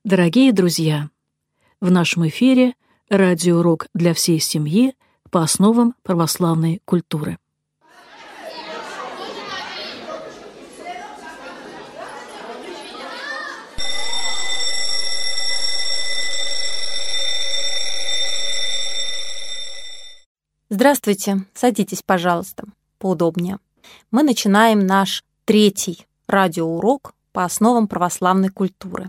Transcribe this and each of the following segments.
Дорогие друзья, в нашем эфире радиоурок для всей семьи по основам православной культуры. Здравствуйте, садитесь, пожалуйста, поудобнее. Мы начинаем наш третий радиоурок по основам православной культуры.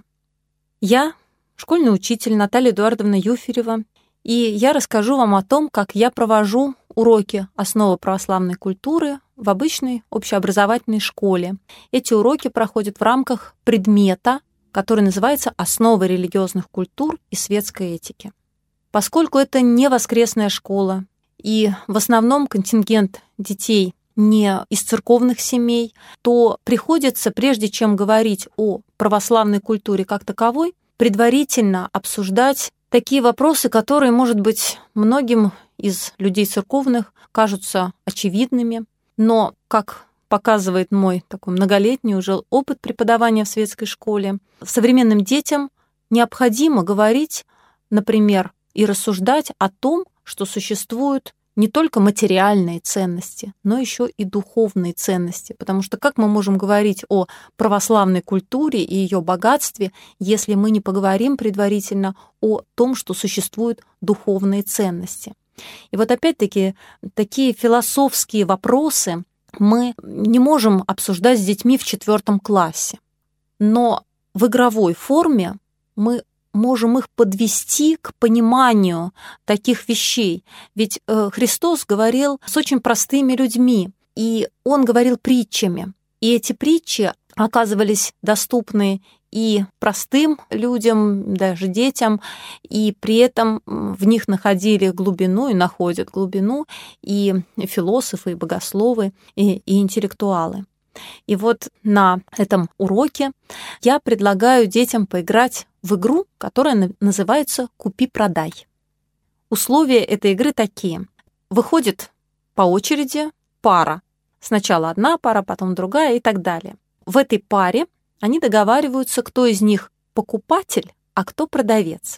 Я школьный учитель Наталья Эдуардовна Юферева, и я расскажу вам о том, как я провожу уроки основы православной культуры в обычной общеобразовательной школе. Эти уроки проходят в рамках предмета, который называется «Основы религиозных культур и светской этики». Поскольку это не воскресная школа, и в основном контингент детей не из церковных семей, то приходится, прежде чем говорить о православной культуре как таковой, предварительно обсуждать такие вопросы, которые, может быть, многим из людей церковных кажутся очевидными, но, как показывает мой такой многолетний уже опыт преподавания в светской школе, современным детям необходимо говорить, например, и рассуждать о том, что существуют не только материальные ценности, но еще и духовные ценности. Потому что как мы можем говорить о православной культуре и ее богатстве, если мы не поговорим предварительно о том, что существуют духовные ценности? И вот опять-таки такие философские вопросы мы не можем обсуждать с детьми в 4 классе. Но в игровой форме мы можем их подвести к пониманию таких вещей. Ведь Христос говорил с очень простыми людьми, и Он говорил притчами. И эти притчи оказывались доступны и простым людям, даже детям, и при этом в них находили глубину и находят глубину и философы, и богословы, и интеллектуалы. И вот на этом уроке я предлагаю детям поиграть в игру, которая называется «Купи-продай». Условия этой игры такие. Выходит по очереди пара. Сначала одна пара, потом другая и так далее. В этой паре они договариваются, кто из них покупатель, а кто продавец.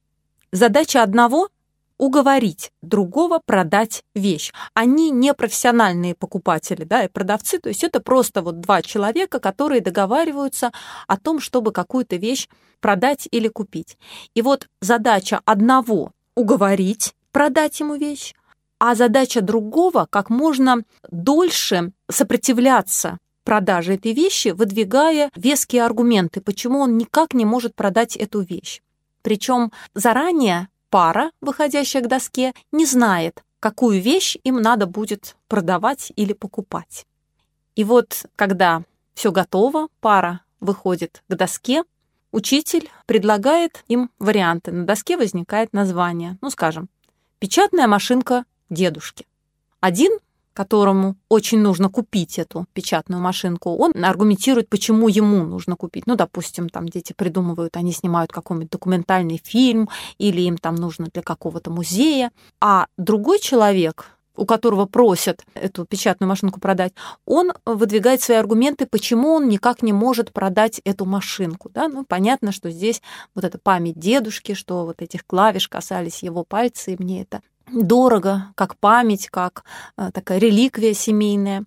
Задача одного — уговорить другого продать вещь. Они не профессиональные покупатели, да, и продавцы, то есть это просто вот 2 человека, которые договариваются о том, чтобы какую-то вещь продать или купить. И вот задача одного — уговорить продать ему вещь, а задача другого — как можно дольше сопротивляться продаже этой вещи, выдвигая веские аргументы, почему он никак не может продать эту вещь. Причем заранее пара, выходящая к доске, не знает, какую вещь им надо будет продавать или покупать. И вот, когда все готово, пара выходит к доске, учитель предлагает им варианты. На доске возникает название, скажем, «Печатная машинка дедушки». Один, которому очень нужно купить эту печатную машинку, он аргументирует, почему ему нужно купить. Допустим, там дети придумывают, они снимают какой-нибудь документальный фильм, или им там нужно для какого-то музея. А другой человек, у которого просят эту печатную машинку продать, он выдвигает свои аргументы, почему он никак не может продать эту машинку. Да? Понятно, что здесь вот эта память дедушки, что вот этих клавиш касались его пальцы, и мне это дорого, как память, как такая реликвия семейная.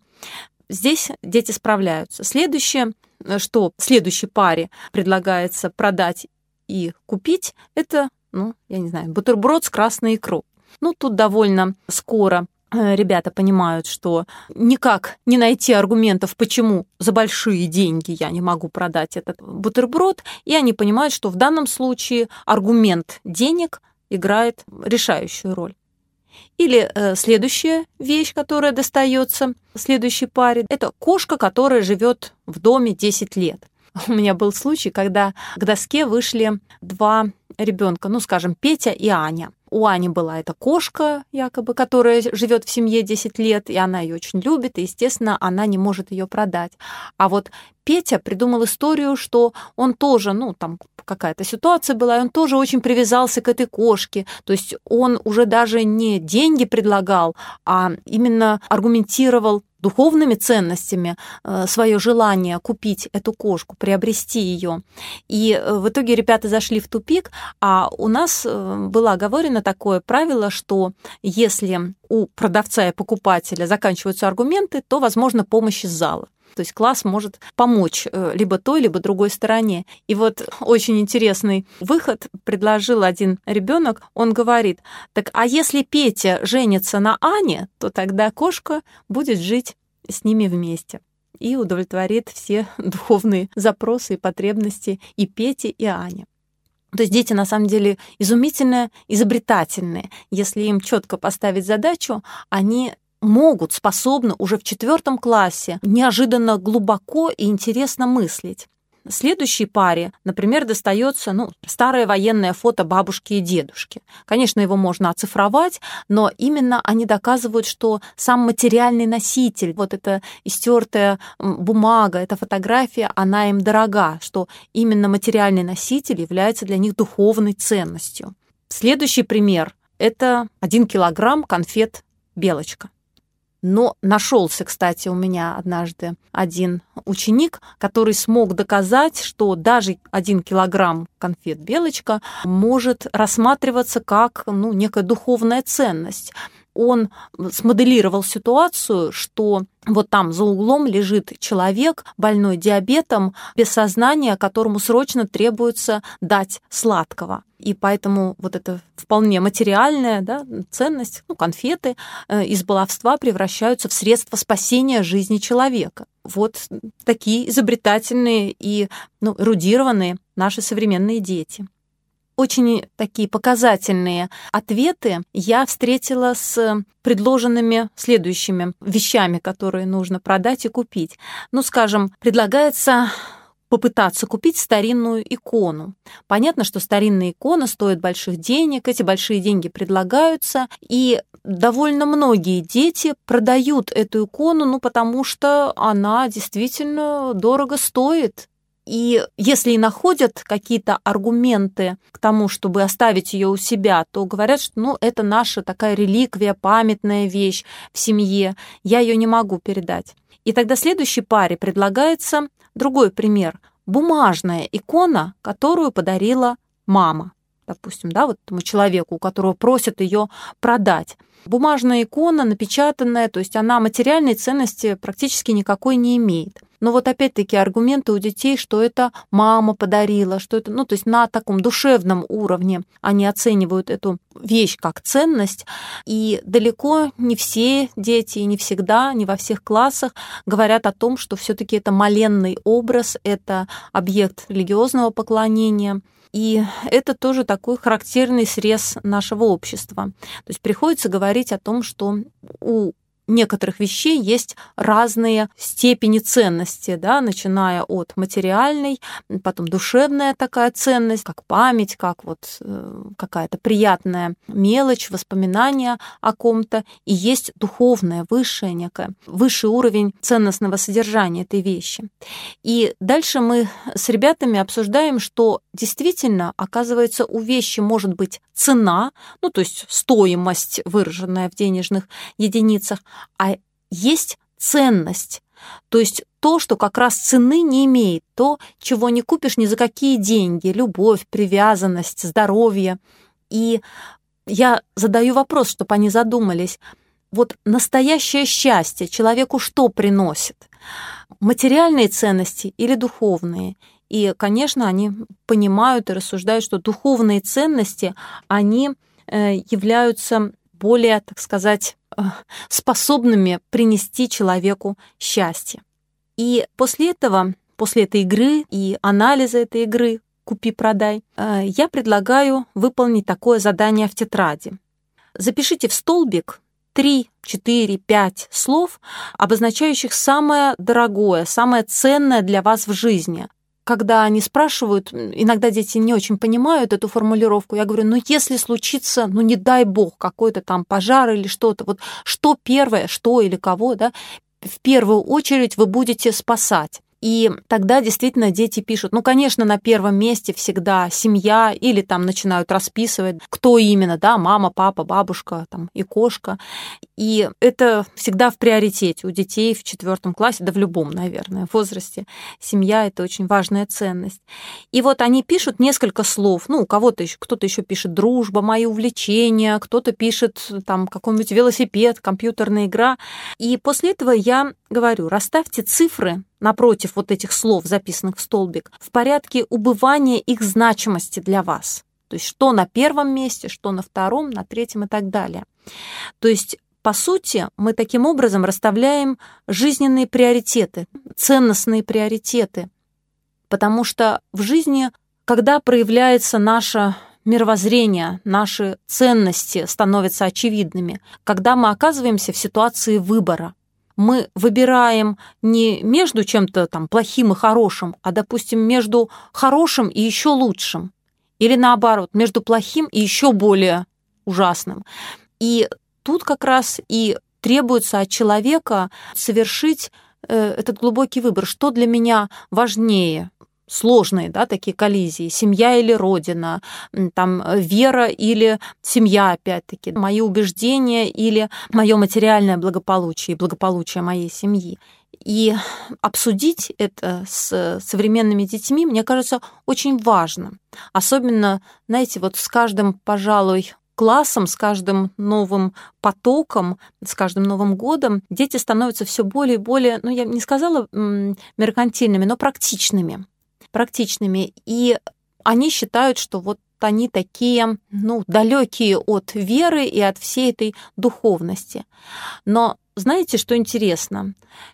Здесь дети справляются. Следующее, что следующей паре предлагается продать и купить, это, бутерброд с красной икрой. Тут довольно скоро ребята понимают, что никак не найти аргументов, почему за большие деньги я не могу продать этот бутерброд, и они понимают, что в данном случае аргумент денег играет решающую роль. Или следующая вещь, которая достается следующей паре, это кошка, которая живет в доме 10 лет. У меня был случай, когда к доске вышли 2 ребенка, скажем, Петя и Аня. У Ани была эта кошка, якобы, которая живет в семье 10 лет, и она ее очень любит, и, естественно, она не может ее продать. А вот Петя придумал историю, что он тоже, там какая-то ситуация была, и он тоже очень привязался к этой кошке. То есть он уже даже не деньги предлагал, а именно аргументировал духовными ценностями свое желание купить эту кошку, приобрести ее. И в итоге ребята зашли в тупик, а у нас было оговорено такое правило, что если у продавца и покупателя заканчиваются аргументы, то возможна помощь из зала. То есть класс может помочь либо той, либо другой стороне. И вот очень интересный выход предложил один ребенок. Он говорит: так а если Петя женится на Ане, то тогда кошка будет жить с ними вместе и удовлетворит все духовные запросы и потребности и Пети, и Ани. То есть дети на самом деле изумительно изобретательные. Если им четко поставить задачу, они способны уже в 4 классе неожиданно глубоко и интересно мыслить. Следующей паре, например, достается старое военное фото бабушки и дедушки. Конечно, его можно оцифровать, но именно они доказывают, что сам материальный носитель, вот эта истертая бумага, эта фотография, она им дорога, что именно материальный носитель является для них духовной ценностью. Следующий пример – это 1 килограмм конфет «Белочка». Но нашелся, кстати, у меня однажды один ученик, который смог доказать, что даже 1 килограмм конфет «Белочка» может рассматриваться как некая духовная ценность. Он смоделировал ситуацию, что вот там за углом лежит человек, больной диабетом, без сознания, которому срочно требуется дать сладкого. И поэтому вот эта вполне материальная ценность, конфеты из баловства превращаются в средство спасения жизни человека. Вот такие изобретательные и эрудированные наши современные дети. Очень такие показательные ответы я встретила с предложенными следующими вещами, которые нужно продать и купить. Скажем, предлагается попытаться купить старинную икону. Понятно, что старинная икона стоит больших денег, эти большие деньги предлагаются, и довольно многие дети продают эту икону, потому что она действительно дорого стоит. И если и находят какие-то аргументы к тому, чтобы оставить ее у себя, то говорят, что это наша такая реликвия, памятная вещь в семье, я ее не могу передать. И тогда следующей паре предлагается другой пример. Бумажная икона, которую подарила мама, допустим, этому человеку, у которого просят ее продать. Бумажная икона, напечатанная, то есть она материальной ценности практически никакой не имеет. Но вот опять-таки аргументы у детей, что это мама подарила, что это, то есть на таком душевном уровне они оценивают эту вещь как ценность, и далеко не все дети, и не всегда, не во всех классах говорят о том, что все-таки это моленный образ, это объект религиозного поклонения. И это тоже такой характерный срез нашего общества. То есть приходится говорить о том, что у некоторых вещей есть разные степени ценности, начиная от материальной, потом душевная такая ценность, как память, как какая-то приятная мелочь, воспоминания о ком-то, и есть духовная, высшая некая, высший уровень ценностного содержания этой вещи. И дальше мы с ребятами обсуждаем, что действительно, оказывается, у вещи может быть цена, то есть стоимость, выраженная в денежных единицах, а есть ценность, то есть то, что как раз цены не имеет, то, чего не купишь ни за какие деньги, любовь, привязанность, здоровье. И я задаю вопрос, чтобы они задумались. Вот настоящее счастье человеку что приносит? Материальные ценности или духовные? И, конечно, они понимают и рассуждают, что духовные ценности, они являются более, так сказать, способными принести человеку счастье. И после этой игры и анализа этой игры «Купи-продай», я предлагаю выполнить такое задание в тетради. Запишите в столбик 3, 4, 5 слов, обозначающих самое дорогое, самое ценное для вас в жизни. Когда они спрашивают, иногда дети не очень понимают эту формулировку, я говорю, если случится, не дай бог, какой-то там пожар или что-то, что первое, что или кого, в первую очередь вы будете спасать. И тогда действительно дети пишут, ну, конечно, на первом месте всегда семья, или там начинают расписывать, кто именно, да, мама, папа, бабушка там, и кошка. И это всегда в приоритете у детей в 4 классе, да в любом, наверное, возрасте. Семья — это очень важная ценность. И вот они пишут несколько слов, ну, у кого-то еще, кто-то еще пишет дружба, мои увлечения, кто-то пишет там какой-нибудь велосипед, компьютерная игра. И после этого я говорю, расставьте цифры напротив вот этих слов, записанных в столбик, в порядке убывания их значимости для вас. То есть что на первом месте, что на втором, на третьем и так далее. То есть, по сути, мы таким образом расставляем жизненные приоритеты, ценностные приоритеты. Потому что в жизни, когда проявляется наше мировоззрение, наши ценности становятся очевидными, когда мы оказываемся в ситуации выбора, мы выбираем не между чем-то там плохим и хорошим, а, допустим, между хорошим и еще лучшим. Или наоборот, между плохим и еще более ужасным. И тут как раз и требуется от человека совершить этот глубокий выбор, что для меня важнее. Сложные, да, такие коллизии, семья или родина, там, вера или семья, опять-таки, мои убеждения или мое материальное благополучие и благополучие моей семьи. И обсудить это с современными детьми, мне кажется, очень важно. Особенно, знаете, вот с каждым, пожалуй, классом, с каждым новым потоком, с каждым Новым годом дети становятся все более и более, ну, я не сказала меркантильными, но практичными. И они считают, что вот они такие, ну, далекие от веры и от всей этой духовности. Но знаете, что интересно?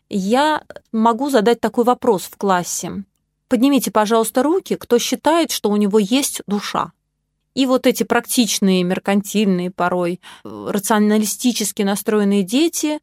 Я могу задать такой вопрос в классе. Поднимите, пожалуйста, руки, кто считает, что у него есть душа. И вот эти практичные, меркантильные, порой рационалистически настроенные дети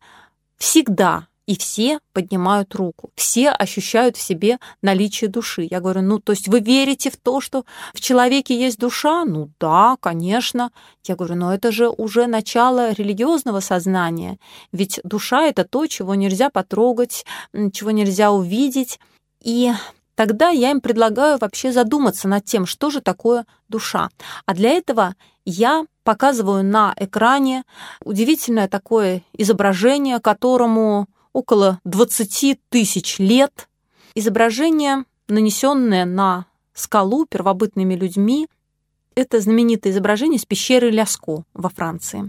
всегда и все поднимают руку, все ощущают в себе наличие души. Я говорю, ну, то есть вы верите в то, что в человеке есть душа? Ну да, конечно. Я говорю, но это же уже начало религиозного сознания, ведь душа — это то, чего нельзя потрогать, чего нельзя увидеть. И тогда я им предлагаю вообще задуматься над тем, что же такое душа. А для этого я показываю на экране удивительное такое изображение, которому около 20 тысяч лет. Изображение, нанесенное на скалу первобытными людьми. Это знаменитое изображение с пещеры Ляско во Франции.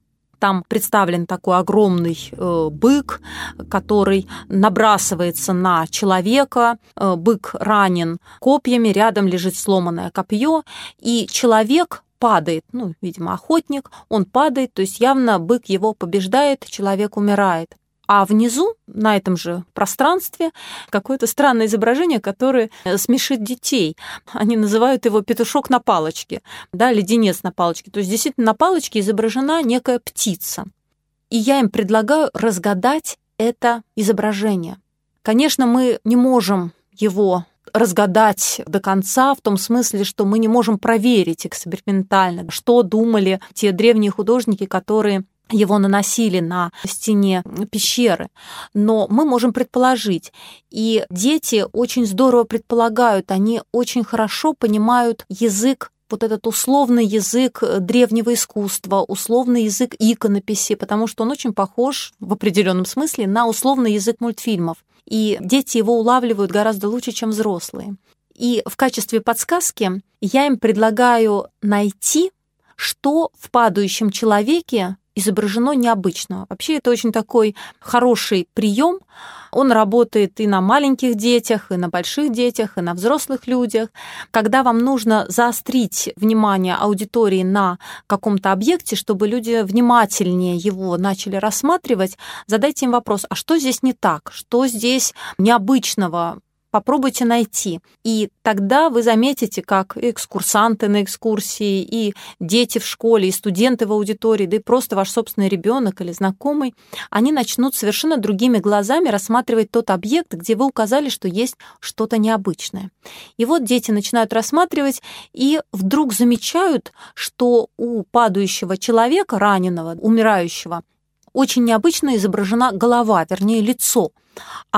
Там представлен такой огромный бык, который набрасывается на человека. Бык ранен копьями, рядом лежит сломанное копье, и человек падает, ну, видимо, охотник, он падает, то есть явно бык его побеждает, человек умирает. А внизу, на этом же пространстве, какое-то странное изображение, которое смешит детей. Они называют его петушок на палочке, да, леденец на палочке. То есть действительно на палочке изображена некая птица. И я им предлагаю разгадать это изображение. Конечно, мы не можем его разгадать до конца, в том смысле, что мы не можем проверить экспериментально, что думали те древние художники, которые его наносили на стене пещеры. Но мы можем предположить. И дети очень здорово предполагают, они очень хорошо понимают язык, вот этот условный язык древнего искусства, условный язык иконописи, потому что он очень похож в определенном смысле на условный язык мультфильмов. И дети его улавливают гораздо лучше, чем взрослые. И в качестве подсказки я им предлагаю найти, что в падающем человеке изображено необычного. Вообще это очень такой хороший прием. Он работает и на маленьких детях, и на больших детях, и на взрослых людях. Когда вам нужно заострить внимание аудитории на каком-то объекте, чтобы люди внимательнее его начали рассматривать, задайте им вопрос, а что здесь не так? Что здесь необычного? Попробуйте найти. И тогда вы заметите, как экскурсанты на экскурсии, и дети в школе, и студенты в аудитории, да и просто ваш собственный ребенок или знакомый, они начнут совершенно другими глазами рассматривать тот объект, где вы указали, что есть что-то необычное. И вот дети начинают рассматривать и вдруг замечают, что у падающего человека, раненого, умирающего, очень необычно изображена голова, вернее, лицо. Оно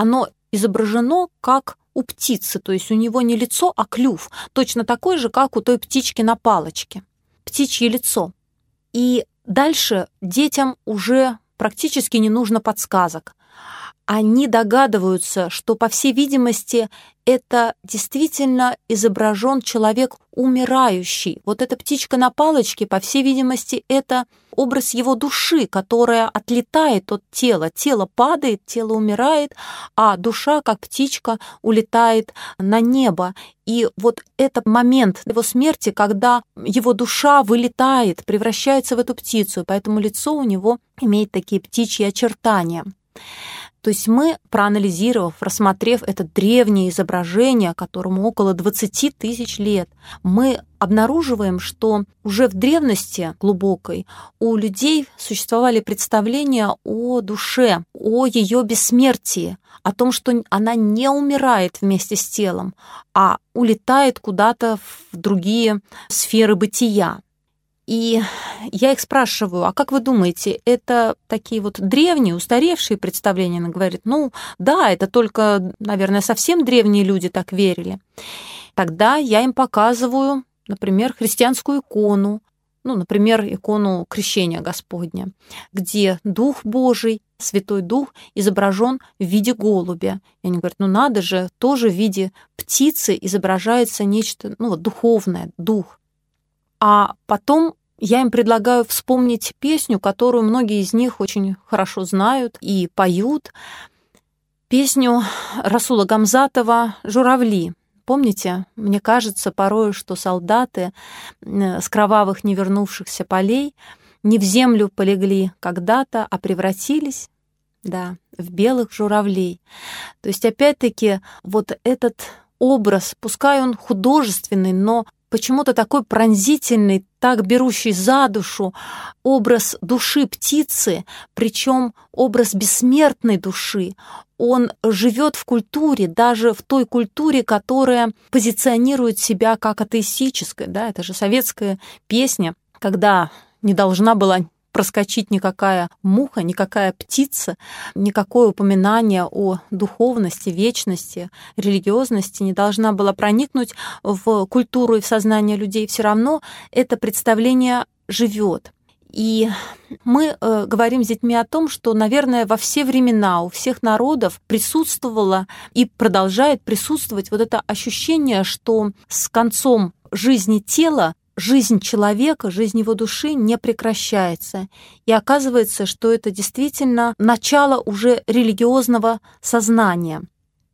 изображено как у птицы, то есть у него не лицо, а клюв, точно такой же, как у той птички на палочке, птичье лицо. И дальше детям уже практически не нужно подсказок. Они догадываются, что, по всей видимости, это действительно изображен человек умирающий. Вот эта птичка на палочке, по всей видимости, это образ его души, которая отлетает от тела. Тело падает, тело умирает, а душа, как птичка, улетает на небо. И вот этот момент его смерти, когда его душа вылетает, превращается в эту птицу, поэтому лицо у него имеет такие птичьи очертания. То есть мы, проанализировав, рассмотрев это древнее изображение, которому около 20 тысяч лет, мы обнаруживаем, что уже в древности глубокой у людей существовали представления о душе, о ее бессмертии, о том, что она не умирает вместе с телом, а улетает куда-то в другие сферы бытия. И я их спрашиваю, а как вы думаете, это такие вот древние, устаревшие представления? Она говорит, ну да, это только, наверное, совсем древние люди так верили. Тогда я им показываю, например, христианскую икону, например, икону Крещения Господня, где Дух Божий, Святой Дух изображен в виде голубя. И они говорят, надо же, тоже в виде птицы изображается нечто духовное, дух. А потом я им предлагаю вспомнить песню, которую многие из них очень хорошо знают и поют. Песню Расула Гамзатова «Журавли». Помните, мне кажется порой, что солдаты с кровавых невернувшихся полей не в землю полегли когда-то, а превратились, в белых журавлей. То есть, опять-таки, вот этот образ, пускай он художественный, но почему-то такой пронзительный, так берущий за душу образ души птицы, причем образ бессмертной души, он живет в культуре, даже в той культуре, которая позиционирует себя как атеистическая. Это же советская песня, когда не должна была проскочить никакая муха, никакая птица, никакое упоминание о духовности, вечности, религиозности не должна была проникнуть в культуру и в сознание людей. Все равно это представление живет. И мы говорим с детьми о том, что, наверное, во все времена у всех народов присутствовало и продолжает присутствовать вот это ощущение, что с концом жизни тела жизнь человека, жизнь его души не прекращается. И оказывается, что это действительно начало уже религиозного сознания.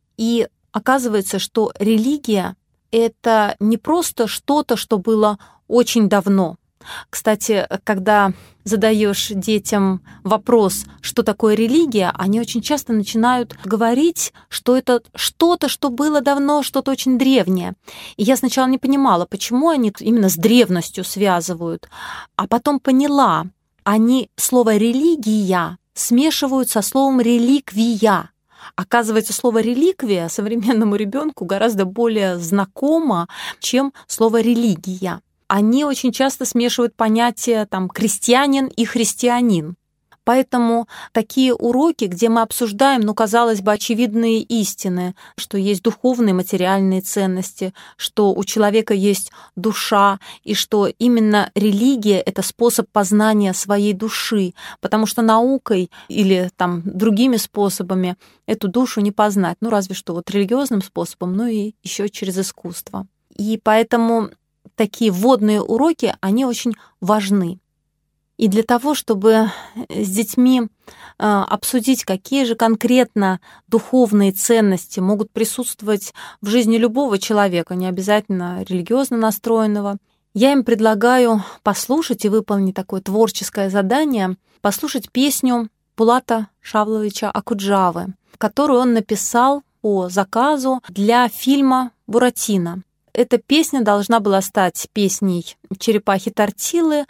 И оказывается, что религия — это не просто что-то, что было очень давно. Кстати, когда задаешь детям вопрос, что такое религия, они очень часто начинают говорить, что это что-то, что было давно, что-то очень древнее. И я сначала не понимала, почему они именно с древностью связывают, а потом поняла, они слово «религия» смешивают со словом «реликвия». Оказывается, слово «реликвия» современному ребенку гораздо более знакомо, чем слово «религия». Они очень часто смешивают понятия крестьянин и христианин. Поэтому такие уроки, где мы обсуждаем, казалось бы, очевидные истины, что есть духовные материальные ценности, что у человека есть душа, и что именно религия — это способ познания своей души, потому что наукой или другими способами эту душу не познать, разве что религиозным способом, и еще через искусство. И поэтому такие вводные уроки, они очень важны. И для того, чтобы с детьми обсудить, какие же конкретно духовные ценности могут присутствовать в жизни любого человека, не обязательно религиозно настроенного, я им предлагаю послушать и выполнить такое творческое задание, послушать песню Булата Шавловича Окуджавы, которую он написал по заказу для фильма «Буратино». Эта песня должна была стать песней черепахи Тортилы,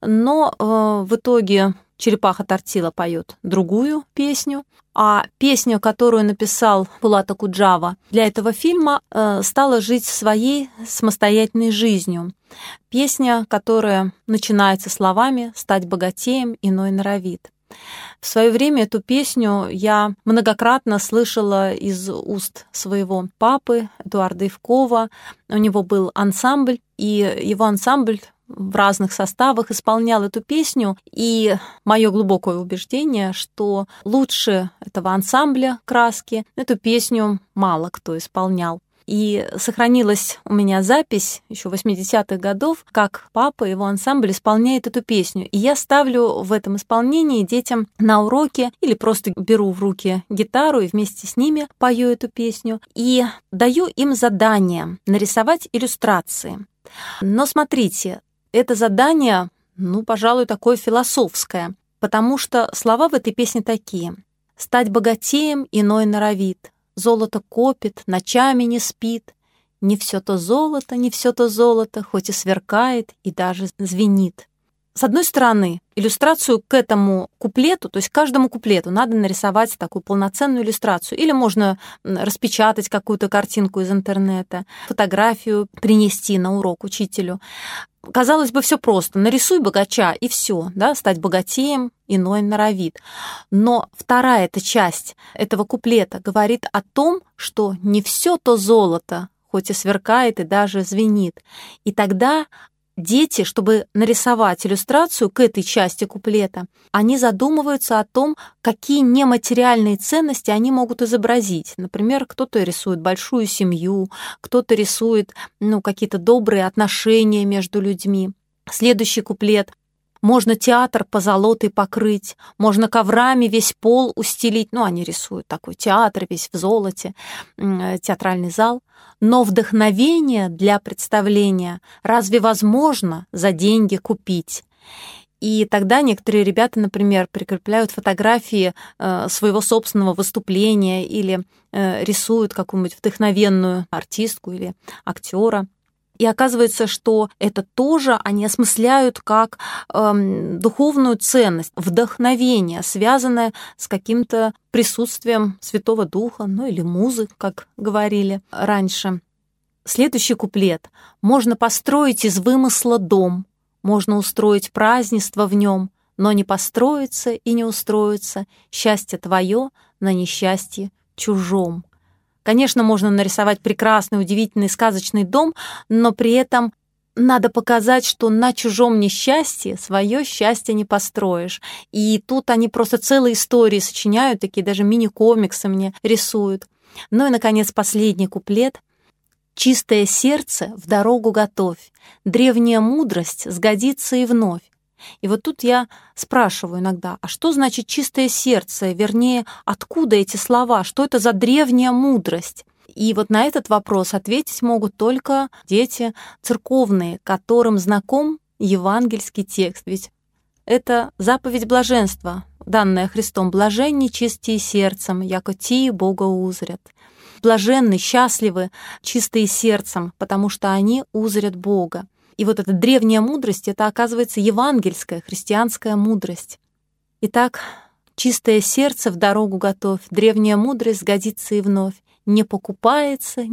но в итоге черепаха Тортила поет другую песню, а песню, которую написал Булат Окуджава для этого фильма, стала жить своей самостоятельной жизнью. Песня, которая начинается словами «Стать богатеем иной норовит». В свое время эту песню я многократно слышала из уст своего папы Эдуарда Ивкова. У него был ансамбль, и его ансамбль в разных составах исполнял эту песню, и мое глубокое убеждение, что лучше этого ансамбля «Краски» эту песню мало кто исполнял. И сохранилась у меня запись еще 80-х годов, как папа, его ансамбль исполняет эту песню. И я ставлю в этом исполнении детям на уроке или просто беру в руки гитару и вместе с ними пою эту песню. И даю им задание нарисовать иллюстрации. Но смотрите, это задание, пожалуй, такое философское, потому что слова в этой песне такие. «Стать богатеем иной норовит, золото копит, ночами не спит. Не все то золото, не все то золото, хоть и сверкает и даже звенит». С одной стороны, иллюстрацию к этому куплету, то есть каждому куплету надо нарисовать такую полноценную иллюстрацию. Или можно распечатать какую-то картинку из интернета, фотографию принести на урок учителю. Казалось бы, все просто. Нарисуй богача, и все, да, стать богатеем иной норовит. Но вторая эта часть этого куплета говорит о том, что не все то золото, хоть и сверкает и даже звенит. И тогда дети, чтобы нарисовать иллюстрацию к этой части куплета, они задумываются о том, какие нематериальные ценности они могут изобразить. Например, кто-то рисует большую семью, кто-то рисует какие-то добрые отношения между людьми. Следующий куплет. Можно театр позолотой покрыть, можно коврами весь пол устелить. Они рисуют такой театр весь в золоте, театральный зал. Но вдохновение для представления разве возможно за деньги купить? И тогда некоторые ребята, например, прикрепляют фотографии своего собственного выступления или рисуют какую-нибудь вдохновенную артистку или актера. И оказывается, что это тоже они осмысляют как духовную ценность, вдохновение, связанное с каким-то присутствием Святого Духа, или музы, как говорили раньше. Следующий куплет. Можно построить из вымысла дом, можно устроить празднество в нем, но не построится и не устроится счастье твое на несчастье чужом. Конечно, можно нарисовать прекрасный, удивительный, сказочный дом, но при этом надо показать, что на чужом несчастье свое счастье не построишь. И тут они просто целые истории сочиняют, такие даже мини-комиксы мне рисуют. И, наконец, последний куплет. «Чистое сердце в дорогу готовь, древняя мудрость сгодится и вновь». И вот тут я спрашиваю иногда, а что значит чистое сердце? Вернее, откуда эти слова? Что это за древняя мудрость? И вот на этот вопрос ответить могут только дети церковные, которым знаком евангельский текст. Ведь это заповедь блаженства, данная Христом. «Блаженни чистые сердцем, яко тие Бога узрят». Блаженны, счастливы, чистые сердцем, потому что они узрят Бога. И вот эта древняя мудрость, это, оказывается, евангельская, христианская мудрость. Итак, чистое сердце в дорогу готовь, древняя мудрость сгодится и вновь. Не покупается,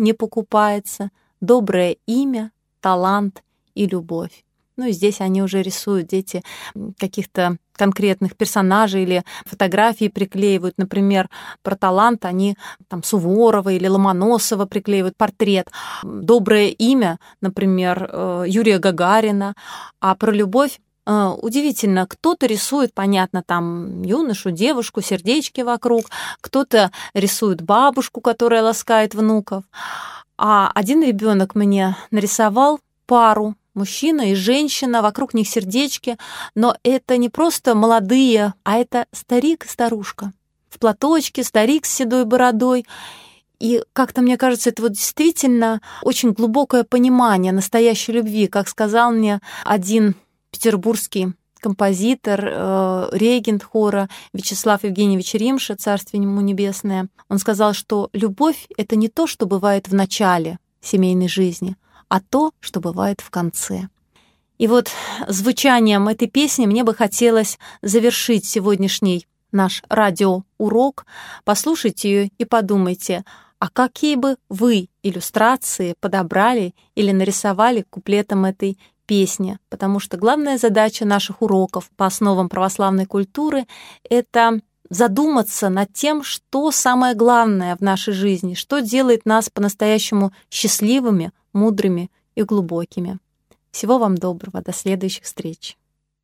доброе имя, талант и любовь. И здесь они уже рисуют, дети, каких-то конкретных персонажей или фотографии приклеивают. Например, про талант они Суворова или Ломоносова приклеивают портрет. Доброе имя, например, Юрия Гагарина. А про любовь удивительно, кто-то рисует, понятно, юношу, девушку, сердечки вокруг, кто-то рисует бабушку, которая ласкает внуков. А один ребенок мне нарисовал пару, мужчина и женщина, вокруг них сердечки, но это не просто молодые, а это старик и старушка. В платочке, старик с седой бородой. И как-то, мне кажется, это действительно очень глубокое понимание настоящей любви, как сказал мне один петербургский композитор, регент хора Вячеслав Евгеньевич Римша, царствие ему небесное. Он сказал, что любовь — это не то, что бывает в начале семейной жизни, а то, что бывает в конце. И вот звучанием этой песни мне бы хотелось завершить сегодняшний наш радиоурок. Послушайте ее и подумайте, а какие бы вы иллюстрации подобрали или нарисовали к куплетам этой песни, потому что главная задача наших уроков по основам православной культуры — это задуматься над тем, что самое главное в нашей жизни, что делает нас по-настоящему счастливыми, мудрыми и глубокими. Всего вам доброго, до следующих встреч.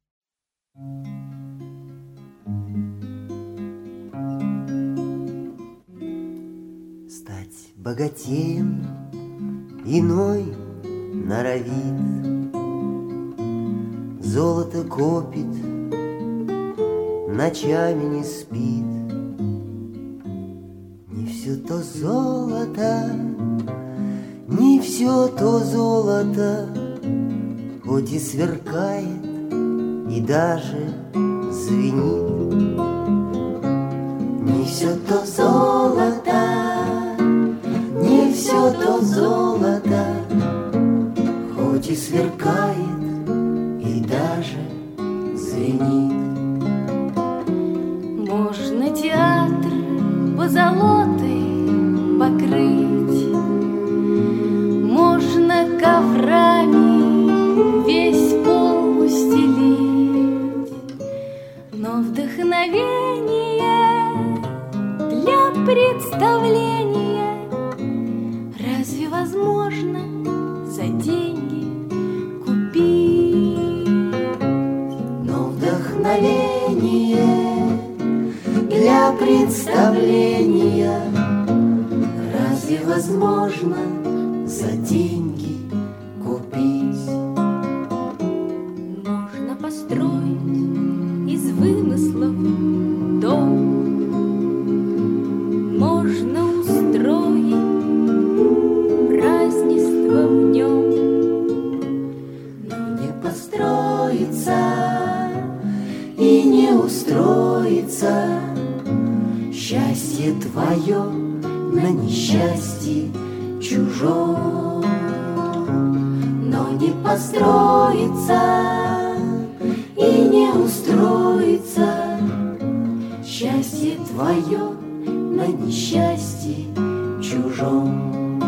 Стать богатеем иной норовит, золото копит, ночами не спит. Не все то золото, не все то золото, хоть и сверкает, и даже звенит. Не все то золото, не все то золото, хоть и сверкает, и даже звенит. Можно театр позолотой покрыть, можно коврами весь пол устелить, но вдохновение для представления разве возможно за деньги купить? Но вдохновение для представления разве возможно за деньги купить? Можно построить из вымыслов дом, можно устроить празднество в нем, но не построится и не устроится счастье твое на несчастье чужом. Но не построится и не устроится счастье твое на несчастье чужом.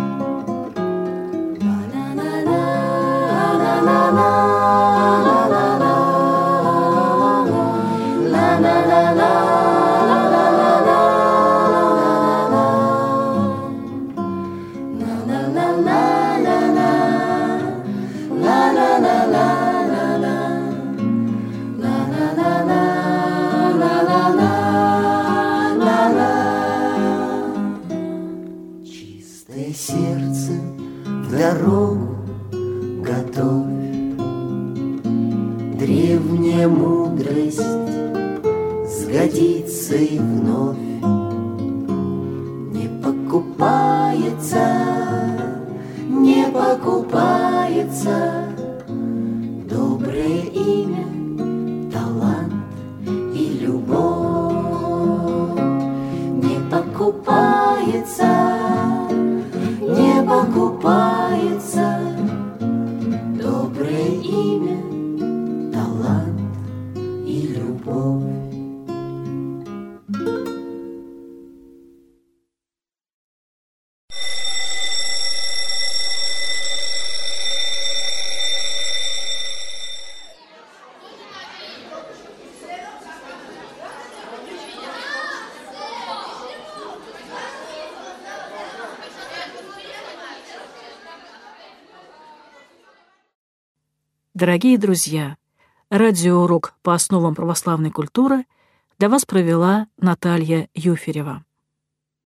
Чистое сердце в дорогу готовь, древняя мудрость сгодится и вновь. Не покупается, не покупается доброе имя, талант и любовь. Не покупается, не покупается доброе имя, талант и любовь. Дорогие друзья, радиоурок по основам православной культуры для вас провела Наталья Юферева.